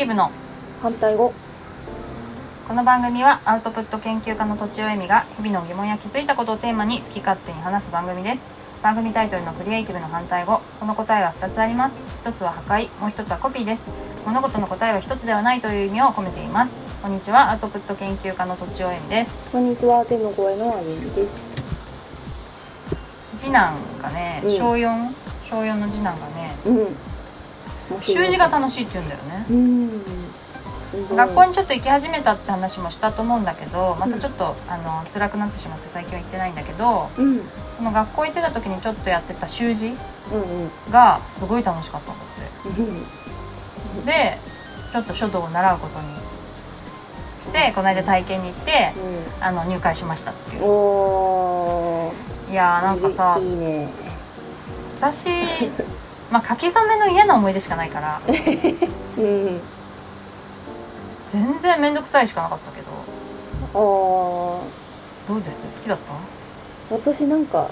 ティブの反対語。 この番組はアウトプット研究家のとちおえみが日々の疑問や気づいたことをテーマに好き勝手に話す番組です。番組タイトルのクリエイティブの反対語、この答えは2つあります。1つは破壊、もう1つはコピーです。物事の答えは1つではないという意味を込めています。こんにちは、アウトプット研究家のとちおえみです。 こんにちは、天の声のあずみです。 次男がね、小4の次男がね、習字が楽しいって言うんだよね。学校にちょっと行き始めたって話もしたと思うんだけど、またちょっと、辛くなってしまって最近は行ってないんだけど、その学校行ってた時にちょっとやってた習字がすごい楽しかったんだって、でちょっと書道を習うことにしてこの間体験に行って、入会しましたっていう。いやーなんかさ、 いいね。 私書き初めの嫌な思い出しかないから全然めんどくさいしかなかったけど。どうです？好きだった？ 私なんか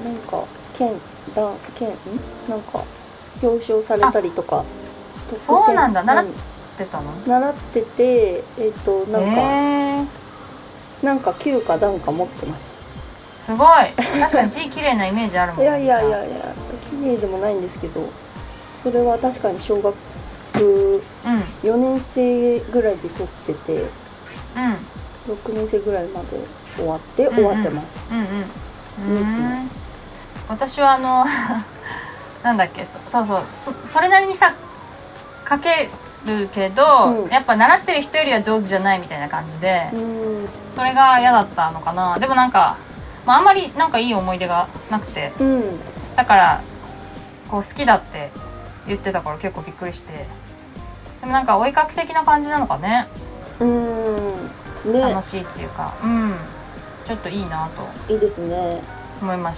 表彰されたりとか。 そうなんだ。習ってたの？ 習ってて、なんか級か段か持ってます。 すごい。確かに字綺麗なイメージあるもん。 いや綺麗でもないんですけど、それは確かに小学4年生ぐらいで取ってて、6年生ぐらいまで終わってます。ですね。 私はなんだっけ、それなりにさ書けるけど、やっぱ習ってる人よりは上手じゃないみたいな感じで、それが嫌だったのかな。でもなんか、あんまりなんかいい思い出がなくて、だからこう好きだって言ってたから結構びっくりして。でもなんかお絵描き的な感じなのかね。楽しいっていうか、ちょっといいなと。 いいですね。 思いまして。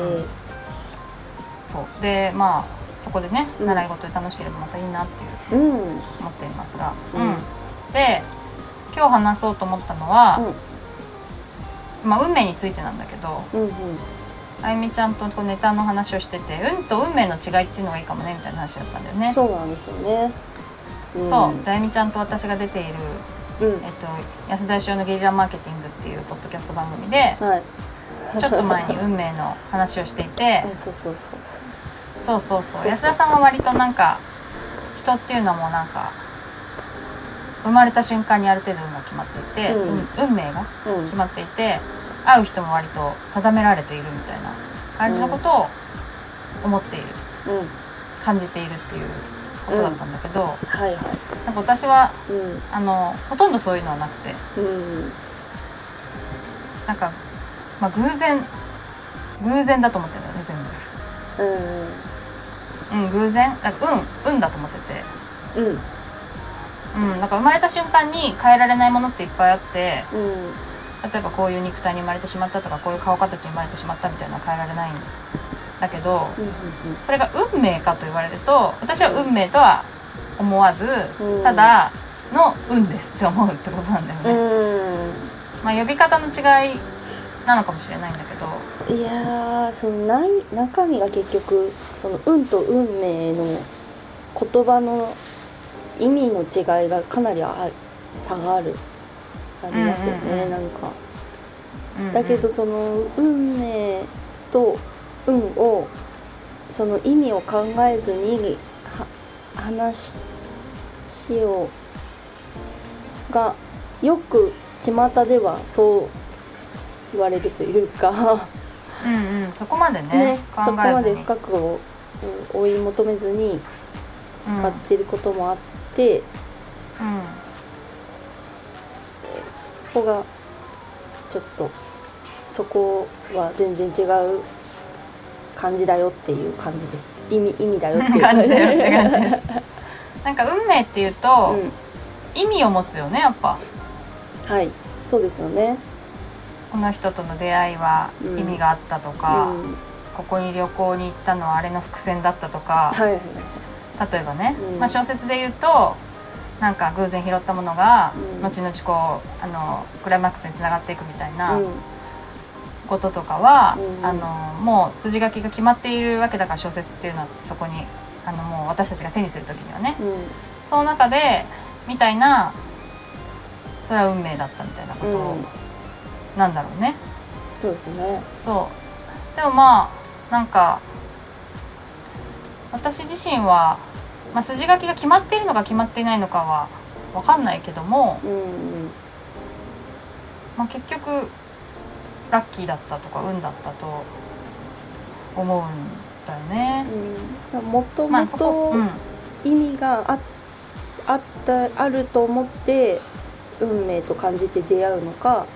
そうでそこでね、習い事で楽しければまたいいなっていう思っていますが、で今日話そうと思ったのは、運命についてなんだけど、あゆみちゃんとネタの話をしてて、運と運命の違いっていうのがいいかもねみたいな話だったんだよね。 そうなんですよね。 そうで、あゆみちゃんと私が出ている、安田義雄のゲリラマーケティングっていうポッドキャスト番組で、ちょっと前に運命の話をしていてそう安田さんは割となんか人っていうのもなんか生まれた瞬間にある程度運が決まっていて、運命が決まっていて、会う人も割と定められているみたいな感じのことを思っている、感じているっていうことだったんだけど、なんか私は、ほとんどそういうのはなくて、なんか偶然だと思ってるんだよね、全部。偶然運だと思ってて、なんか生まれた瞬間に変えられないものっていっぱいあって、例えばこういう肉体に生まれてしまったとか、こういう顔形に生まれてしまったみたいなのは変えられないんだけど、それが運命かと言われると、私は運命とは思わず、ただの運ですって思うってことなんだよね。呼び方の違いなのかもしれないんだけど、 いやその中身が結局その運と運命の言葉の意味の違いがかなり差がありますよね。なんかだけどその運命と運をその意味を考えずに話をがよく巷ではそう言われるというかそこまでね考えずに、 そこまで深く追い求めずに使っていることもあって、そこがちょっとそこは全然違う感じだよっていう感じです。意味だよっていう感じだよって感じですなんか運命っていうと、意味を持つよね、やっぱ。 そうですよね。 この人との出会いは意味があったとか、ここに旅行に行ったのはあれの伏線だったとか、例えばね、小説で言うとなんか偶然拾ったものが、後々こうクライマックスにつながっていくみたいなこととかは、もう筋書きが決まっているわけだから、小説っていうのはそこにもう私たちが手にする時にはね、その中でみたいな、それは運命だったみたいなことなんだろうね。 そうですね。 そうでもまあなんか私自身は、まあ、筋書きが決まっているのか決まっていないのかは分かんないけども、まあ、結局ラッキーだったとか運だったと思うんだよね。 もともと意味があると思って運命と感じて出会うのか、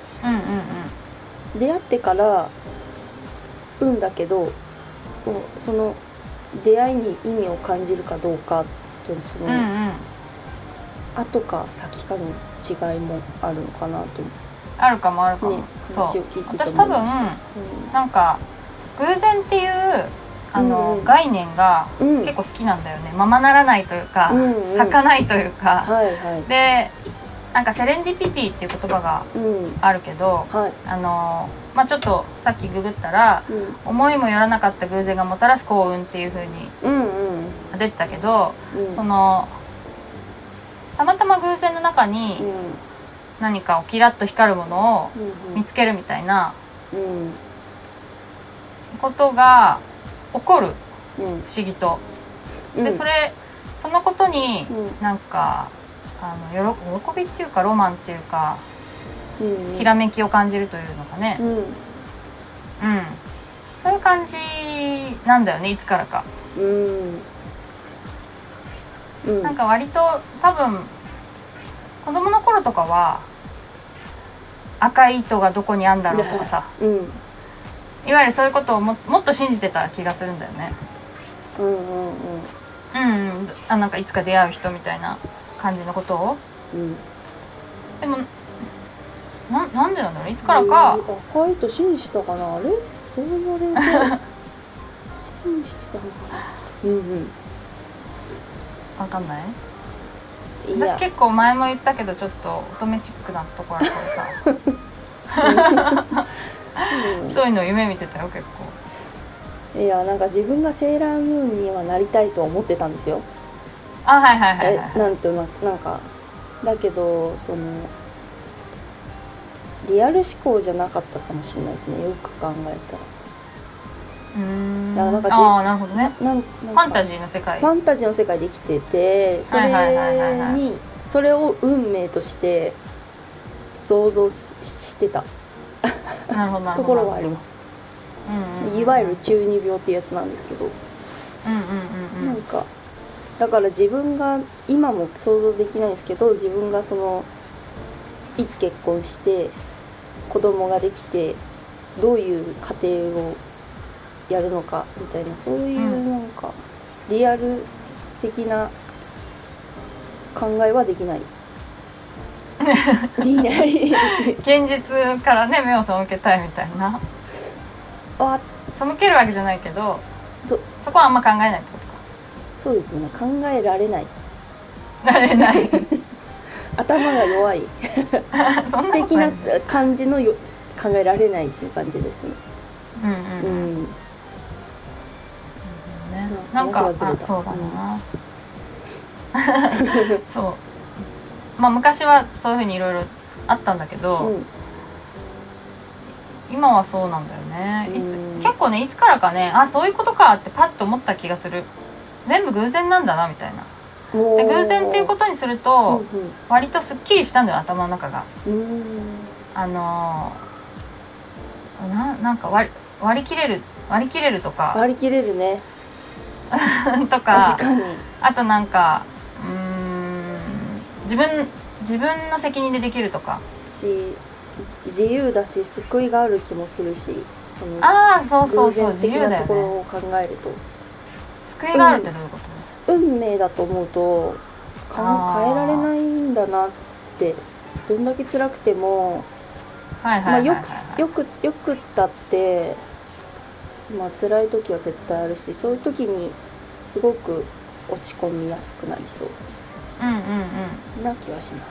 出会ってから運だけどその出会いに意味を感じるかどうかと、その、後か先かの違いもあるのかなと。 あるかも、ね、そう。私多分、なんか偶然っていう概念が結構好きなんだよね。ままならないというか、儚いというか、でなんかセレンディピティっていう言葉があるけど、まあ、ちょっとさっきググったら、思いもよらなかった偶然がもたらす幸運っていう風に出てたけど、そのたまたま偶然の中に何かをキラッと光るものを見つけるみたいなことが起こる、不思議と。でそのことになんか喜びっていうかロマンっていうか、きらめきを感じるというのかね、そういう感じなんだよね、いつからか。なんか割と多分子供の頃とかは赤い糸がどこにあんだろうとかさ、いわゆるそういうことをもっと信じてた気がするんだよね。なんかいつか出会う人みたいな感じのことを、でもなんでなんだろう、いつからか赤い糸信じてたかな。あれそう言われると信じてたのかな。 分かんない。私結構前も言ったけどちょっと乙女チックなところあるからさそういうの夢見てたよ結構。 いやなんか自分がセーラームーンにはなりたいと思ってたんですよ。なんかだけどそのリアル思考じゃなかったかもしれないですね、よく考えたら。 なるほどね。ファンタジーの世界で生きてて、それを運命として想像してたところはあります。いわゆる中二病ってやつなんですけど、なんかだから自分が今も想像できないんですけど、自分がそのいつ結婚して子供ができてどういう家庭をやるのかみたいな、そういうなんかリアル的な考えはできない現実からね目を背けたいみたいな。背けるわけじゃないけど、そこはあんま考えないってことか。 そうですね、考えられない頭が弱いそんな的な感じの考えられないっていう感じですね。 なんかそうだな、そうまあ昔はそういう風にいろいろあったんだけど、今はそうなんだよね。結構ね、いつからかね、そういうことかってパッと思った気がする。全部偶然なんだなみたいな。で偶然っていうことにすると、割とすっきりしたんだよ、頭の中が。なんか割り切れるとか、 割り切れるねとか、 確かに。 あとなんか自分の責任でできるとか自由だし救いがある気もするし、 そう偶然的なところを考えると、 救いがあるってどういうこと？ 運命だと思うと変えられないんだなって。どんだけ辛くてもよくったって、辛い時は絶対あるし、そういう時にすごく落ち込みやすくなりそうな気はします。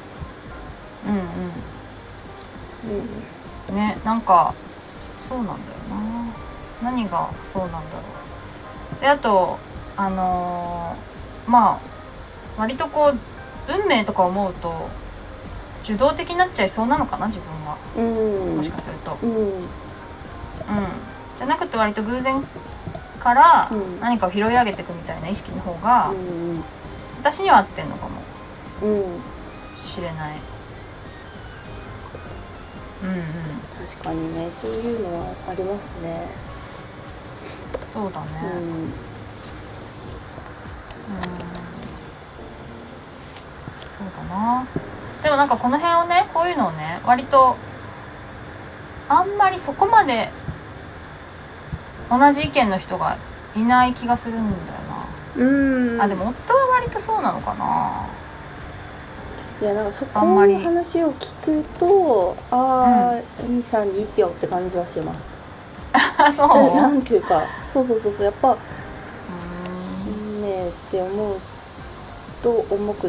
ね、なんかそうなんだよな。何がそうなんだろう。であと割とこう運命とか思うと受動的になっちゃいそうなのかな自分は、もしかすると、じゃなくて割と偶然から何かを拾い上げていくみたいな意識の方が、私には合ってんのかもしれない。 確かにね、そういうのはありますね。 そうだね。そうだな。でもなんかこの辺をね、こういうのをね、割とあんまりそこまで同じ意見の人がいない気がするんだよな。あ、でも夫は割とそうなのかな。 いや、なんかそこの話を聞くと、エミさんに1票って感じはします。 そうなんていうか、そうやっぱ運命って思うと重くって、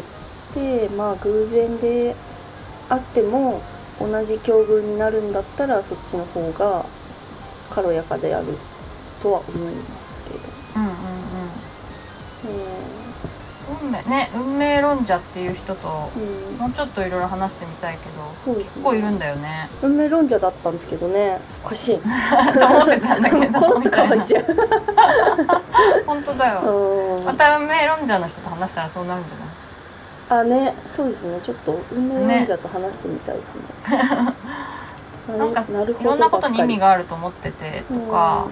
まあ偶然であっても同じ境遇になるんだったらそっちの方が軽やかであるとは思いますけど。 運命論者っていう人ともうちょっといろいろ話してみたいけど、結構いるんだよね。 運命論者だったんですけどね、おかしいと思ってたんだけどコロッと変わっちゃう本当だよ。また運命論者の人と話したらそうなるんじゃない？ ね、そうですね。ちょっと運命論者と話してみたいですね。 なんかいろんなことに意味があると思っててとか、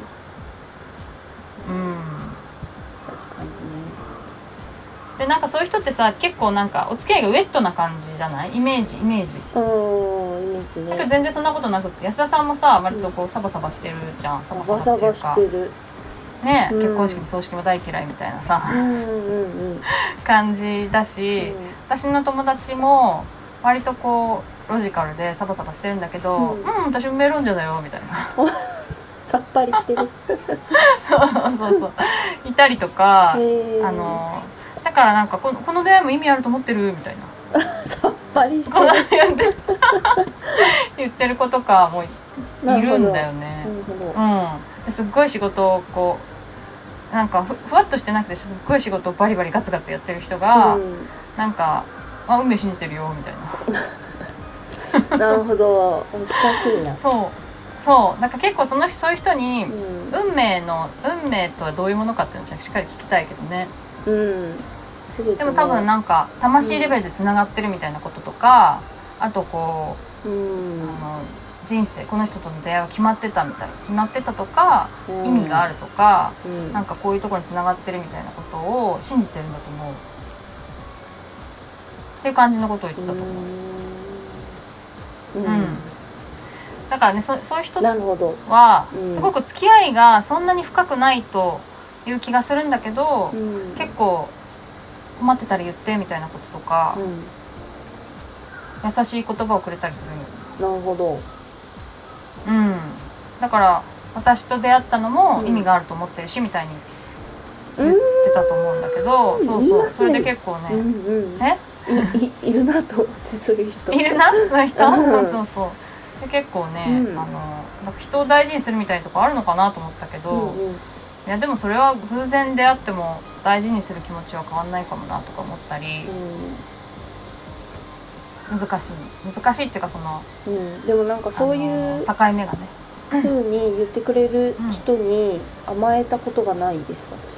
確かにね。 でなんかそういう人ってさ、結構なんかお付き合いがウェットな感じじゃない？イメージね。だけど全然そんなことなくて、安田さんもさ割とこうサバサバしてるじゃん。サバサバしてるね、結婚式も葬式も大嫌いみたいなさ感じだし、私の友達も割とこうロジカルでサバサバしてるんだけど、私運命論者だよみたいなさっぱりしてるそういたりとか、だからなんかこの出会いも意味あると思ってるみたいなさっぱりしてる言ってる子とかもいるんだよね。すっごい仕事をこうなんかふわっとしてなくて、すっごい仕事をバリバリガツガツやってる人が、なんか運命信じてるよみたいななるほど、難しいな。 そうなんか結構そういう人に、運命とはどういうものかっていうのをしっかり聞きたいけどね。でも多分なんか魂レベルでつながってるみたいなこととか、あとこう、人生この人との出会いは決まってたとか、意味があるとか、なんかこういうところにつながってるみたいなことを信じてるんだと思うっていう感じのことを言ってたと思う。だからね、そういう人はすごく付き合いがそんなに深くないという気がするんだけど、結構困ってたら言ってみたいなこととか、優しい言葉をくれたりするよ。 なるほど。 だから私と出会ったのも意味があると思ってるし、みたいに言ってたと思うんだけど、それで結構ね、 いるなと思って、そういう人いるな、そういう人そうで結構ね、なんか人を大事にするみたいなとこあるのかなと思ったけど、いやでもそれは偶然出会っても大事にする気持ちは変わんないかもなとか思ったり、難しいっていうか、その、 でもなんかそういう境目がね風に言ってくれる人に甘えたことがないです、私。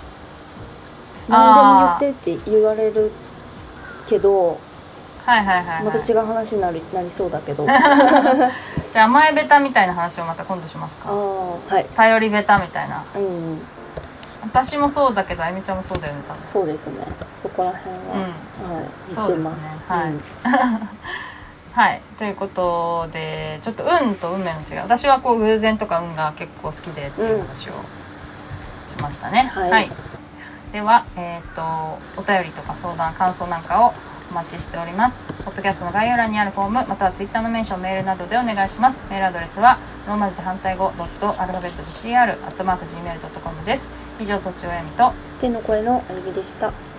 何でも言ってって言われるけど、また違う話になりそうだけどじゃあ甘えベタみたいな話をまた今度しますか。頼りベタみたいな。私もそうだけど、あゆみちゃんもそうだよね、多分。 そうですね、そこら辺は、 そうですね、はい、ということで、ちょっと運と運命の違い、私はこう偶然とか運が結構好きでっていう話をしましたね。では、お便りとか相談、感想なんかをお待ちしております。ポッドキャストの概要欄にあるフォーム、またはツイッターのメンション、メールなどでお願いします。メールアドレスはローマ字で反対語アルファベットで CR@gmail.com です。以上、とちおやみと天の声のあゆみでした。